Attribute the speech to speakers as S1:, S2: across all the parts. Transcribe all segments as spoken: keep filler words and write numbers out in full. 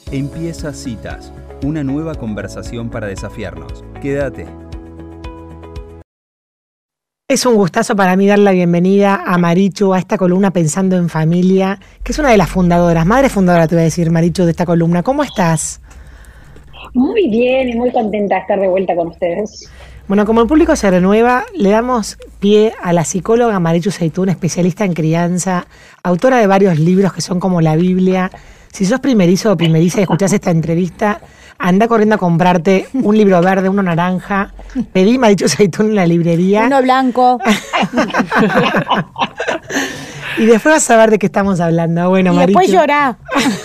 S1: Empieza Citas, una nueva conversación para desafiarnos. Quédate.
S2: Es un gustazo para mí dar la bienvenida a Marichu a esta columna Pensando en Familia, que es una de las fundadoras, madre fundadora te voy a decir, Marichu, de esta columna. ¿Cómo estás?
S3: Muy bien y muy contenta de estar de vuelta con ustedes.
S2: Bueno, como el público se renueva, le damos pie a la psicóloga Marichu Zaytún, especialista en crianza, autora de varios libros que son como la Biblia. Si sos primerizo o primeriza y escuchás esta entrevista, anda corriendo a comprarte un libro verde, uno naranja. Pedí Marichu Zaytún en la librería.
S4: Uno blanco.
S2: Y después vas a ver de qué estamos hablando. Bueno,
S4: y
S2: Marichu.
S4: después llorá.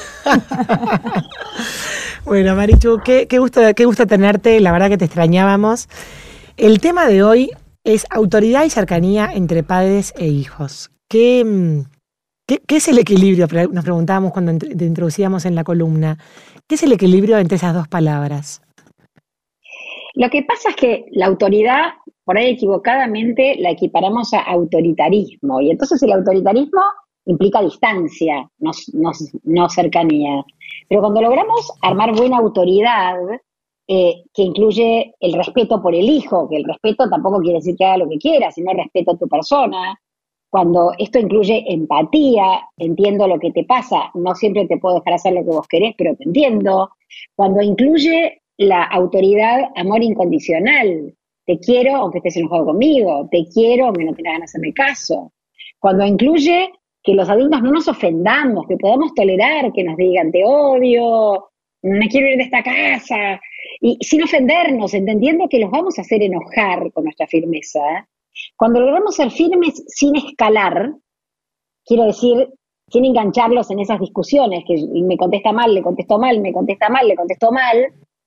S2: Bueno, Marichu, qué, qué gusto, qué gusto tenerte. La verdad que te extrañábamos. El tema de hoy es autoridad y cercanía entre padres e hijos. ¿Qué, qué, qué es el equilibrio? Nos preguntábamos cuando te introducíamos en la columna. ¿Qué es el equilibrio entre esas dos palabras?
S3: Lo que pasa es que la autoridad, por ahí equivocadamente, la equiparamos a autoritarismo. Y entonces el autoritarismo implica distancia, no, no, no cercanía. Pero cuando logramos armar buena autoridad, eh, que incluye el respeto por el hijo, que el respeto tampoco quiere decir que haga lo que quiera, sino respeto a tu persona. Cuando esto incluye empatía, entiendo lo que te pasa, no siempre te puedo dejar hacer lo que vos querés, pero te entiendo. Cuando incluye la autoridad, amor incondicional, te quiero aunque estés enojado conmigo, te quiero aunque no tengas ganas de hacerme caso. Cuando incluye que los adultos no nos ofendamos, que podamos tolerar que nos digan te odio, me quiero ir de esta casa, y sin ofendernos, entendiendo que los vamos a hacer enojar con nuestra firmeza. Cuando logramos ser firmes sin escalar, quiero decir, sin engancharlos en esas discusiones, que me contesta mal, le contesto mal, me contesta mal, le contesto mal,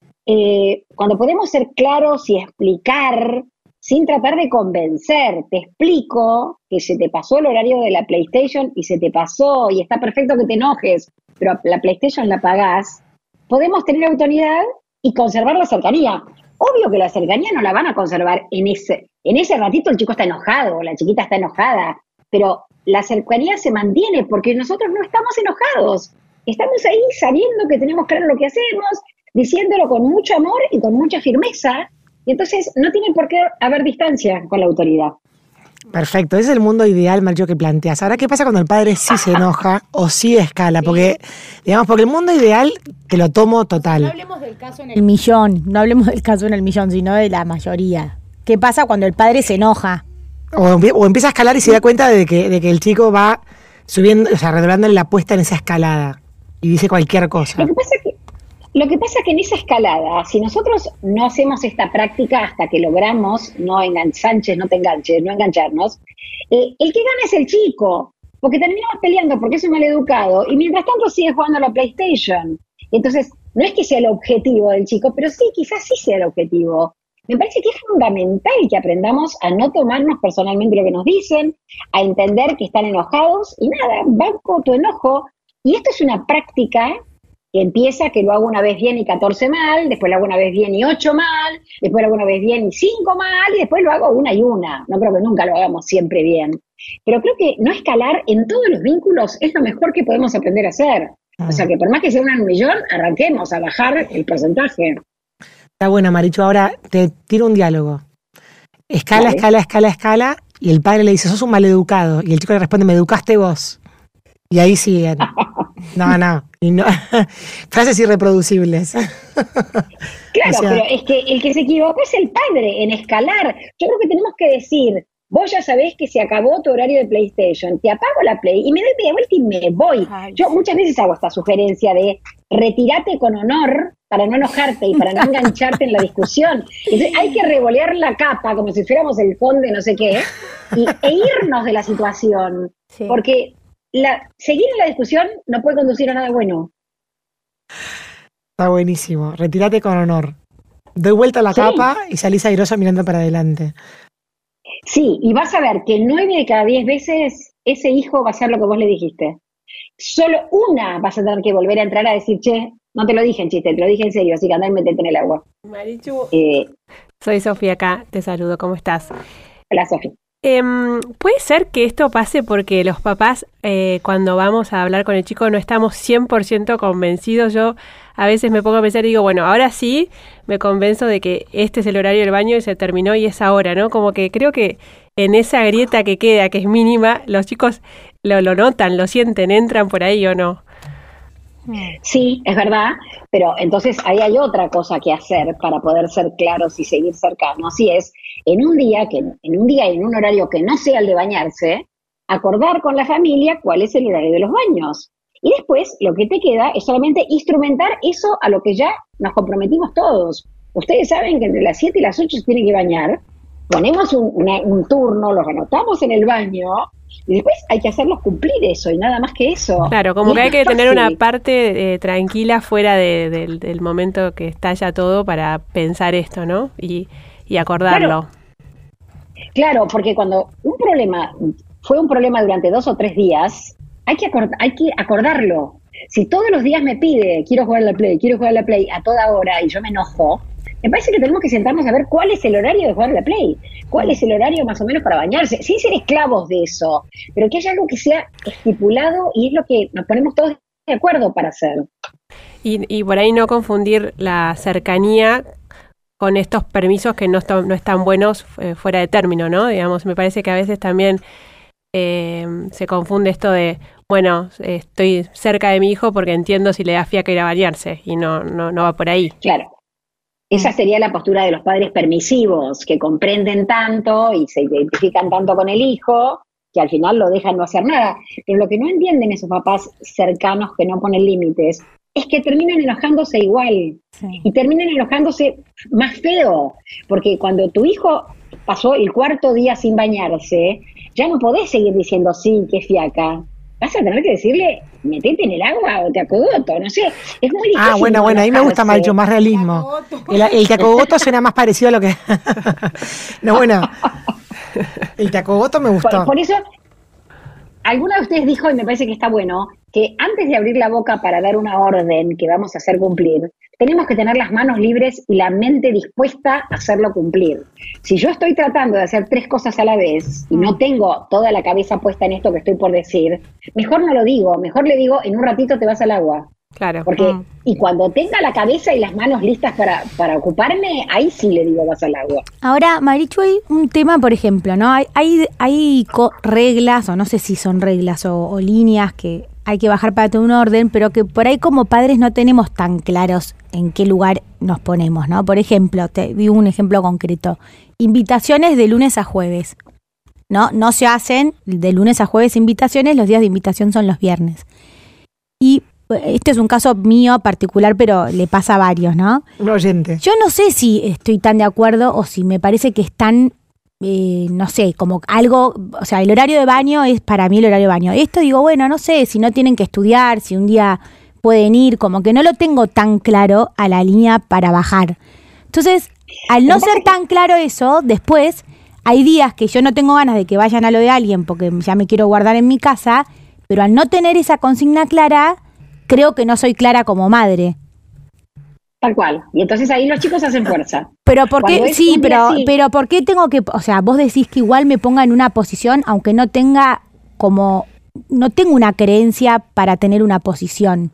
S3: eh, cuando podemos ser claros y explicar, sin tratar de convencer, te explico que se te pasó el horario de la PlayStation y se te pasó y está perfecto que te enojes, pero la PlayStation la pagás, podemos tener autoridad y conservar la cercanía. Obvio que la cercanía no la van a conservar en ese, en ese ratito el chico está enojado, la chiquita está enojada, pero la cercanía se mantiene porque nosotros no estamos enojados. Estamos ahí sabiendo que tenemos claro lo que hacemos, diciéndolo con mucho amor y con mucha firmeza, y entonces no tiene por qué haber distancia con la autoridad.
S2: Perfecto, ese es el mundo ideal, Marichu, que planteas. Ahora, ¿qué pasa cuando el padre sí se enoja o sí escala? Porque, digamos, porque el mundo ideal te lo tomo total.
S4: No hablemos del caso en el millón, no hablemos del caso en el millón, sino de la mayoría. ¿Qué pasa cuando el padre se enoja?
S2: O, o empieza a escalar y se da cuenta de que, de que el chico va subiendo, o sea, redoblándole la apuesta en esa escalada y dice cualquier cosa.
S3: Lo que pasa es que Lo que pasa es que en esa escalada, si nosotros no hacemos esta práctica hasta que logramos, no enganches, no te enganches, no engancharnos, eh, el que gana es el chico, porque terminamos peleando porque es un maleducado y mientras tanto sigue jugando a la PlayStation. Entonces, no es que sea el objetivo del chico, pero sí, quizás sí sea el objetivo. Me parece que es fundamental que aprendamos a no tomarnos personalmente lo que nos dicen, a entender que están enojados y nada, banco tu enojo. Y esto es una práctica que empieza que lo hago una vez bien y catorce mal, después lo hago una vez bien y ocho mal, después lo hago una vez bien y cinco mal, y después lo hago una y una. No creo que nunca lo hagamos siempre bien. Pero creo que no escalar en todos los vínculos es lo mejor que podemos aprender a hacer. O sea que por más que sea un millón, arranquemos a bajar el porcentaje.
S2: Está buena, Marichu. Ahora te tiro un diálogo. Escala,
S3: Vale.
S2: escala, escala, escala, y el padre le dice, sos un maleducado. Y el chico le responde, me educaste vos. Y ahí siguen. No, no. Y no. Frases irreproducibles.
S3: Claro,
S2: O sea,
S3: pero es que el que se equivocó es el padre en escalar. Yo creo que tenemos que decir, vos ya sabés que se acabó tu horario de PlayStation, te apago la Play y me doy media vuelta y me voy.
S4: Ay.
S3: Yo muchas veces hago esta sugerencia de retirate con honor para no enojarte y para no engancharte en la discusión. Entonces hay que revolear la capa como si fuéramos el conde no sé qué y, e irnos de la situación.
S4: Sí.
S3: Porque la, seguir en la discusión no puede conducir a nada bueno.
S2: está buenísimo. Retírate con honor. Doy vuelta a la
S3: Sí.
S2: capa y salís airoso mirando para adelante.
S3: Sí, y vas a ver que nueve de cada diez veces ese hijo va a hacer lo que vos le dijiste. Solo una vas a tener que volver a entrar a decir, che, no te lo dije en chiste, te lo dije en serio, así que andá y metete en el agua.
S5: Marichu,
S3: Eh,
S5: soy Sofía acá, te saludo, ¿cómo estás?
S3: Hola, Sofía.
S5: Eh, puede ser que esto pase porque los papás, eh, cuando vamos a hablar con el chico, no estamos cien por ciento convencidos. Yo a veces me pongo a pensar y digo, bueno, ahora sí me convenzo de que este es el horario del baño y se terminó y es ahora, ¿no? Como que creo que en esa grieta que queda, que es mínima, los chicos lo, lo notan, lo sienten, entran por ahí o no.
S3: Sí, es verdad, pero entonces ahí hay otra cosa que hacer para poder ser claros y seguir cercanos, y es en un día que en un día y en un horario que no sea el de bañarse, acordar con la familia cuál es el horario de los baños. Y después lo que te queda es solamente instrumentar eso a lo que ya nos comprometimos todos. Ustedes saben que entre las siete y las ocho se tiene que bañar, ponemos un, una, un turno, los anotamos en el baño. Y después hay que hacerlos cumplir eso y nada más que eso.
S5: Claro, como
S3: y
S5: que hay que
S3: fácil.
S5: tener una parte eh, tranquila fuera de, de, del momento que estalla todo para pensar esto, ¿no? Y, y acordarlo.
S3: Claro, claro, porque cuando un problema fue un problema durante dos o tres días, hay que, acord- hay que acordarlo. Si todos los días me pide, quiero jugar a la Play, quiero jugar a la Play a toda hora y yo me enojo, me parece que tenemos que sentarnos a ver cuál es el horario de jugar a la Play, cuál es el horario más o menos para bañarse, sin ser esclavos de eso, pero que haya algo que sea estipulado y es lo que nos ponemos todos de acuerdo para hacer.
S5: Y, y por ahí no confundir la cercanía con estos permisos que no, están, no están buenos eh, fuera de término, ¿no? Digamos, me parece que a veces también eh, se confunde esto de, bueno, eh, estoy cerca de mi hijo porque entiendo si le da fiaca ir a bañarse, y no, no, no va por ahí.
S3: Claro. Esa sería la postura de los padres permisivos, que comprenden tanto y se identifican tanto con el hijo, que al final lo dejan no hacer nada. Pero lo que no entienden esos papás cercanos que no ponen límites, es que terminan enojándose igual. Sí. Y terminan enojándose más feo, porque cuando tu hijo pasó el cuarto día sin bañarse, ya no podés seguir diciendo, sí, qué fiaca. Vas a tener que decirle, metete en el agua o te acogoto, no sé, es muy difícil.
S2: Ah, bueno, bueno, ahí me gusta mucho más realismo. El, el te acogoto suena más parecido a lo que... No, bueno, el te acogoto me gustó.
S3: Por, por eso, alguna de ustedes dijo, y me parece que está bueno, que antes de abrir la boca para dar una orden que vamos a hacer cumplir, tenemos que tener las manos libres y la mente dispuesta a hacerlo cumplir. Si yo estoy tratando de hacer tres cosas a la vez y no tengo toda la cabeza puesta en esto que estoy por decir, mejor no lo digo, mejor le digo, en un ratito te vas al agua.
S5: Claro.
S3: Porque,
S5: mm.
S3: y cuando tenga la cabeza y las manos listas para, para ocuparme, ahí sí le digo vas al agua.
S4: Ahora, Marichu, hay un tema, por ejemplo, ¿no? Hay, hay, hay co- reglas, o no sé si son reglas o, o líneas que hay que bajar para tener un orden, pero que por ahí como padres no tenemos tan claros en qué lugar nos ponemos, ¿no? Por ejemplo, te digo un ejemplo concreto. Invitaciones de lunes a jueves, ¿no? No se hacen de lunes a jueves invitaciones, los días de invitación son los viernes. Y este es un caso mío particular, pero le pasa a varios, ¿no?
S2: Un oyente.
S4: Yo no sé si estoy tan de acuerdo o si me parece que están, eh, no sé, como algo, o sea, el horario de baño es para mí el horario de baño. Esto digo, bueno, no sé, si no tienen que estudiar, si un día pueden ir, como que no lo tengo tan claro a la línea para bajar. Entonces, al no ser tan claro eso, después hay días que yo no tengo ganas de que vayan a lo de alguien porque ya me quiero guardar en mi casa, pero al no tener esa consigna clara, creo que no soy clara como madre.
S3: Tal cual. Y entonces ahí los chicos hacen fuerza.
S4: Pero ¿por qué? Sí, pero,
S3: así,
S4: pero ¿por qué tengo que, o sea, vos decís que igual me ponga en una posición, aunque no tenga como, no tengo una creencia para tener una posición?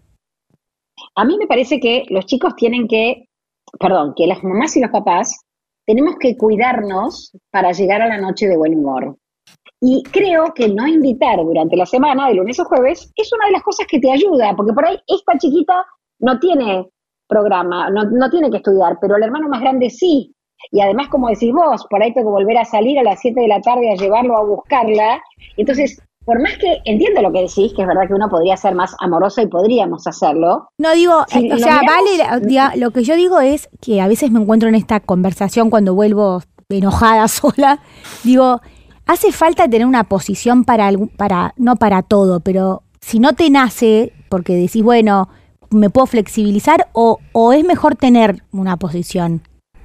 S3: A mí me parece que los chicos tienen que, perdón, que las mamás y los papás tenemos que cuidarnos para llegar a la noche de buen humor. Y creo que no invitar durante la semana, de lunes a jueves, es una de las cosas que te ayuda, porque por ahí esta chiquita no tiene programa, no, no tiene que estudiar, pero el hermano más grande sí. Y además, como decís vos, por ahí tengo que volver a salir a las siete de la tarde a llevarlo a buscarla. Entonces, por más que entiendo lo que decís, que es verdad que uno podría ser más amorosa y podríamos hacerlo.
S4: No digo,
S3: si
S4: eh, o sea, vale, diga, lo que yo digo es que a veces me encuentro en esta conversación cuando vuelvo enojada sola, digo, hace falta tener una posición para, para no para todo, pero si no te nace, porque decís, bueno, me puedo flexibilizar, o, o es mejor tener una posición.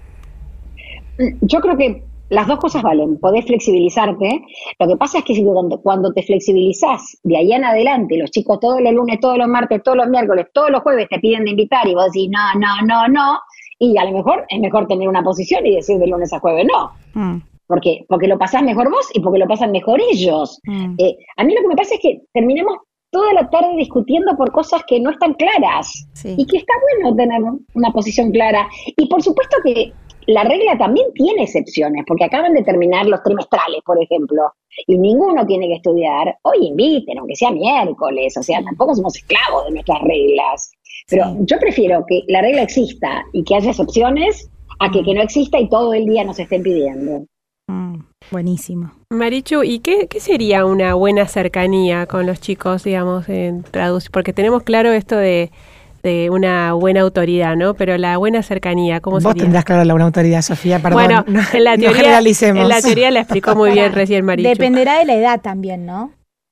S3: Yo creo que las dos cosas valen, podés flexibilizarte. Lo que pasa es que si cuando, cuando te flexibilizás de ahí en adelante, los chicos todos los lunes, todos los martes, todos los miércoles, todos los jueves te piden de invitar y vos decís no, no, no, no, y a lo mejor es mejor tener una posición y decir de lunes a jueves no.
S4: Mm.
S3: porque, porque lo pasás mejor vos y porque lo pasan mejor ellos. Mm. Eh, a mí lo que me pasa es que terminemos toda la tarde discutiendo por cosas que no están claras, sí. Y que está bueno tener una posición clara. Y por supuesto que la regla también tiene excepciones, porque acaban de terminar los trimestrales, por ejemplo, y ninguno tiene que estudiar. Hoy inviten, aunque sea miércoles, o sea, tampoco somos esclavos de nuestras reglas. Pero sí. Yo prefiero que la regla exista y que haya excepciones a que, que no exista y todo el día nos estén pidiendo.
S4: Mm, buenísimo.
S5: Marichu, ¿y qué, qué sería una buena cercanía con los chicos, digamos, en traducir? Porque tenemos claro esto de, de una buena autoridad, ¿no? Pero la buena cercanía, ¿cómo sería?
S2: Vos tendrás claro la buena autoridad, Sofía, perdón.
S5: Bueno,
S2: no,
S5: en la teoría,
S2: no generalicemos.
S5: En la teoría la explicó muy bien recién Marichu.
S4: Dependerá de la edad también, ¿no?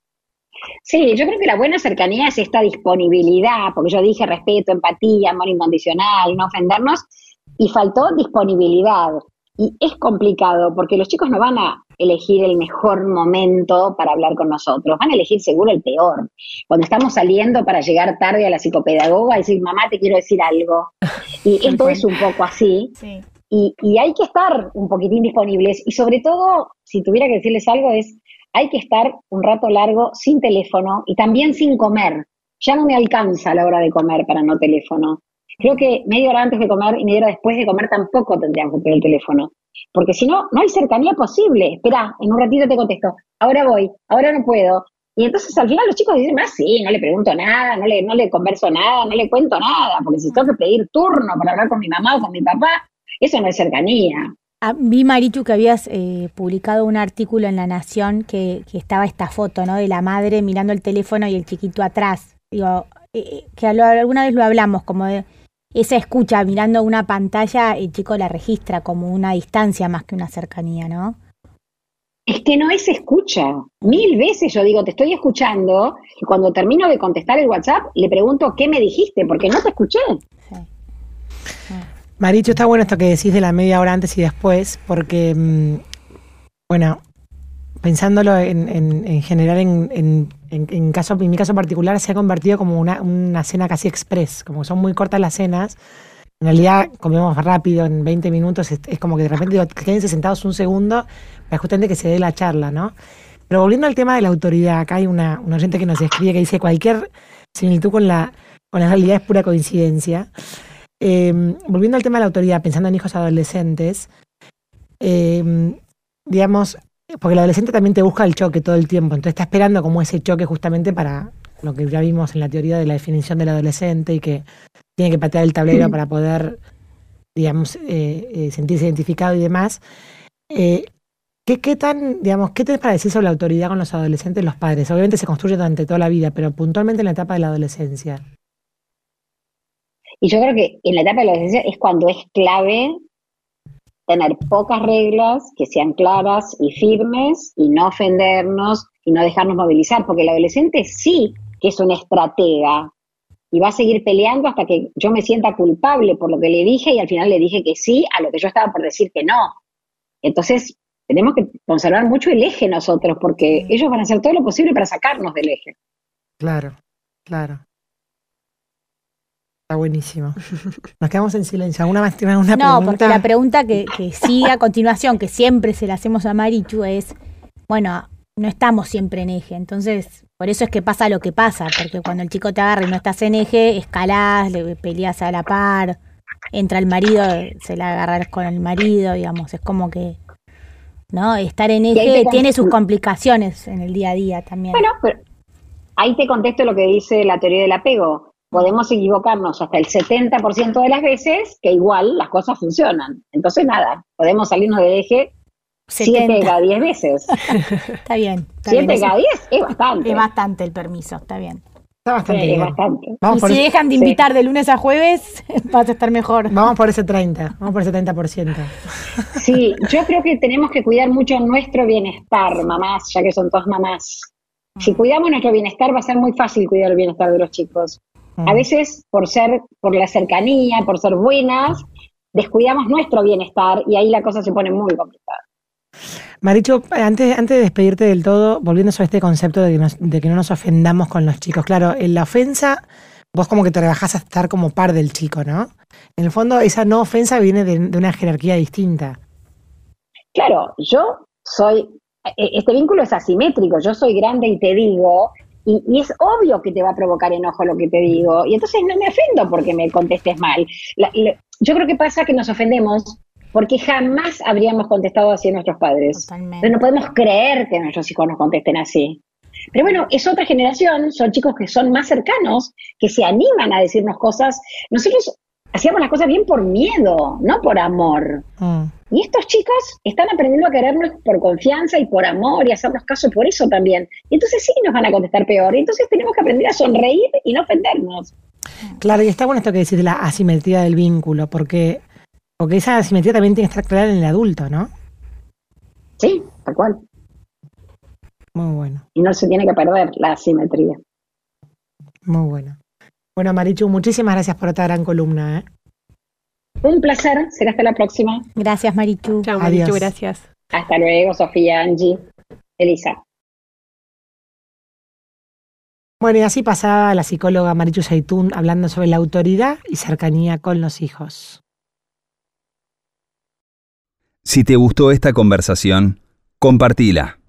S3: Sí, yo creo que la buena cercanía es esta disponibilidad, porque yo dije respeto, empatía, amor incondicional, no ofendernos, y faltó disponibilidad. Y es complicado porque los chicos no van a elegir el mejor momento para hablar con nosotros, van a elegir seguro el peor. Cuando estamos saliendo para llegar tarde a la psicopedagoga y decir, mamá, te quiero decir algo. Y esto es un poco así. Sí. Y, y hay que estar un poquitín disponibles. Y sobre todo, si tuviera que decirles algo, es hay que estar un rato largo sin teléfono y también sin comer. Ya no me alcanza a la hora de comer para no teléfono. Creo que media hora antes de comer y media hora después de comer tampoco tendríamos que tener el teléfono. Porque si no, no hay cercanía posible. Esperá, en un ratito te contesto. Ahora voy, ahora no puedo. Y entonces al final los chicos dicen, ah, sí, no le pregunto nada, no le, no le converso nada, no le cuento nada. Porque si tengo que pedir turno para hablar con mi mamá o con mi papá, eso no es cercanía.
S4: Ah, vi, Marichu, que habías eh, publicado un artículo en La Nación que, que estaba esta foto, ¿no? De la madre mirando el teléfono y el chiquito atrás. Digo, eh, que lo, alguna vez lo hablamos, como de esa escucha mirando una pantalla, el chico la registra como una distancia más que una cercanía, ¿no?
S3: Es que no es escucha. Mil veces yo digo, te estoy escuchando, y cuando termino de contestar el WhatsApp, le pregunto qué me dijiste, porque no te escuché. Sí.
S2: Sí. Marichu, está bueno esto que decís de la media hora antes y después, porque, mmm, bueno, pensándolo en, en, en general, en, en, en, en, caso, en mi caso particular, se ha convertido como una, una cena casi express, como que son muy cortas las cenas. En realidad comemos rápido, en veinte minutos, es, es como que de repente digo, quédense sentados un segundo para justamente que se dé la charla, ¿no? Pero volviendo al tema de la autoridad, acá hay una, una oyente que nos escribe que dice cualquier similitud con la, con la realidad es pura coincidencia. Eh, volviendo al tema de la autoridad, pensando en hijos adolescentes, eh, digamos, porque el adolescente también te busca el choque todo el tiempo, entonces está esperando como ese choque justamente para lo que ya vimos en la teoría de la definición del adolescente y que tiene que patear el tablero para poder, digamos, eh, eh, sentirse identificado y demás. Eh, ¿qué, ¿Qué tan, digamos, qué tenés para decir sobre la autoridad con los adolescentes y los padres? Obviamente se construye durante toda la vida, pero puntualmente en la etapa de la adolescencia.
S3: Y yo creo que en la etapa de la adolescencia es cuando es clave tener pocas reglas que sean claras y firmes y no ofendernos y no dejarnos movilizar, porque el adolescente sí que es un estratega y va a seguir peleando hasta que yo me sienta culpable por lo que le dije y al final le dije que sí a lo que yo estaba por decir que no. Entonces tenemos que conservar mucho el eje nosotros, porque ellos van a hacer todo lo posible para sacarnos del eje.
S2: Claro, claro. Está buenísimo. Nos quedamos en silencio. ¿Alguna más tiene una
S4: no,
S2: pregunta?
S4: No, porque la pregunta que, que sigue a continuación, que siempre se la hacemos a Marichu, es, bueno, no estamos siempre en eje, entonces por eso es que pasa lo que pasa, porque cuando el chico te agarra y no estás en eje, escalás, le peleas a la par, entra el marido, se la agarras con el marido, digamos, es como que, ¿no? Estar en eje tiene sus complicaciones en el día a día también.
S3: Bueno, pero ahí te contesto lo que dice la teoría del apego. Podemos equivocarnos hasta el setenta por ciento de las veces, que igual las cosas funcionan. Entonces, nada, podemos salirnos del eje siete de cada diez veces.
S4: Está bien.
S3: siete de cada diez es bastante.
S4: Es bastante el permiso, está bien.
S2: Está bastante
S3: sí,
S2: bien.
S3: Es bastante.
S2: Vamos
S4: y
S2: por
S4: si
S2: ese,
S4: dejan de invitar sí. de lunes a jueves, vas a estar mejor.
S2: Vamos por ese treinta, vamos por ese treinta por ciento.
S3: Sí, yo creo que tenemos que cuidar mucho nuestro bienestar, mamás, ya que son todas mamás. Si cuidamos nuestro bienestar, va a ser muy fácil cuidar el bienestar de los chicos. A veces, por ser, por la cercanía, por ser buenas, descuidamos nuestro bienestar y ahí la cosa se pone muy complicada.
S2: Marichu, antes, antes de despedirte del todo, volviendo sobre este concepto de que, nos, de que no nos ofendamos con los chicos. Claro, en la ofensa, vos como que te rebajás a estar como par del chico, ¿no? En el fondo, esa no ofensa viene de, de una jerarquía distinta.
S3: claro, yo soy, este vínculo es asimétrico, yo soy grande y te digo, y, y es obvio que te va a provocar enojo lo que te digo, y entonces no me ofendo porque me contestes mal. La, la, yo creo que pasa que nos ofendemos porque jamás habríamos contestado así a nuestros padres.
S4: Totalmente.
S3: Pero no podemos creer que nuestros hijos nos contesten así. Pero bueno, es otra generación, son chicos que son más cercanos, que se animan a decirnos cosas. Nosotros hacíamos las cosas bien por miedo, no por amor. Mm. Y estos chicos están aprendiendo a querernos por confianza y por amor y a hacernos caso por eso también. Y entonces sí nos van a contestar peor. Y entonces tenemos que aprender a sonreír y no ofendernos.
S2: Claro, y está bueno esto que decís de la asimetría del vínculo, porque, porque esa asimetría también tiene que estar clara en el adulto, ¿no?
S3: Sí, tal cual.
S2: Muy bueno.
S3: Y no se tiene que perder la asimetría.
S2: Muy bueno. Bueno, Marichu, muchísimas gracias por esta gran columna, ¿eh?
S3: Un placer, será hasta la próxima.
S4: Gracias, Marichu.
S5: Chao, Marichu, gracias.
S3: Hasta luego, Sofía, Angie, Elisa.
S2: Bueno, y así pasaba la psicóloga Marichu Zaytún hablando sobre la autoridad y cercanía con los hijos.
S1: Si te gustó esta conversación, compartila.